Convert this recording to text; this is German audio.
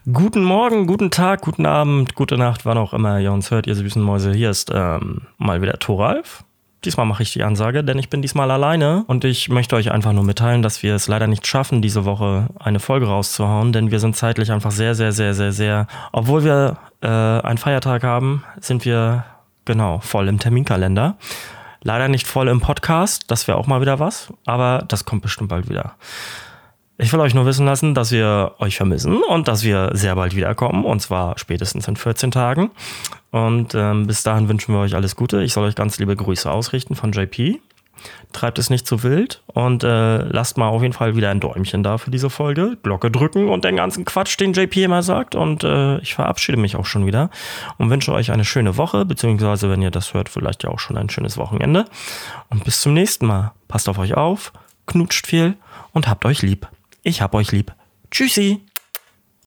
Guten Morgen, guten Tag, guten Abend, gute Nacht, wann auch immer ihr uns hört, ihr süßen Mäuse. Hier ist mal wieder Thoralf. Diesmal mache ich die Ansage, denn ich bin diesmal alleine und ich möchte euch einfach nur mitteilen, dass wir es leider nicht schaffen, diese Woche eine Folge rauszuhauen, denn wir sind zeitlich einfach sehr, obwohl wir einen Feiertag haben, sind wir voll im Terminkalender. Leider nicht voll im Podcast, das wäre auch mal wieder was, aber das kommt bestimmt bald wieder. Ich will euch nur wissen lassen, dass wir euch vermissen und dass wir sehr bald wiederkommen, und zwar spätestens in 14 Tagen. Und bis dahin wünschen wir euch alles Gute. Ich soll euch ganz liebe Grüße ausrichten von JP. Treibt es nicht zu wild und lasst mal auf jeden Fall wieder ein Däumchen da für diese Folge. Glocke drücken und den ganzen Quatsch, den JP immer sagt. Und ich verabschiede mich auch schon wieder und wünsche euch eine schöne Woche, beziehungsweise, wenn ihr das hört, vielleicht ja auch schon ein schönes Wochenende. Und bis zum nächsten Mal. Passt auf euch auf, knutscht viel und habt euch lieb. Ich hab euch lieb. Tschüssi.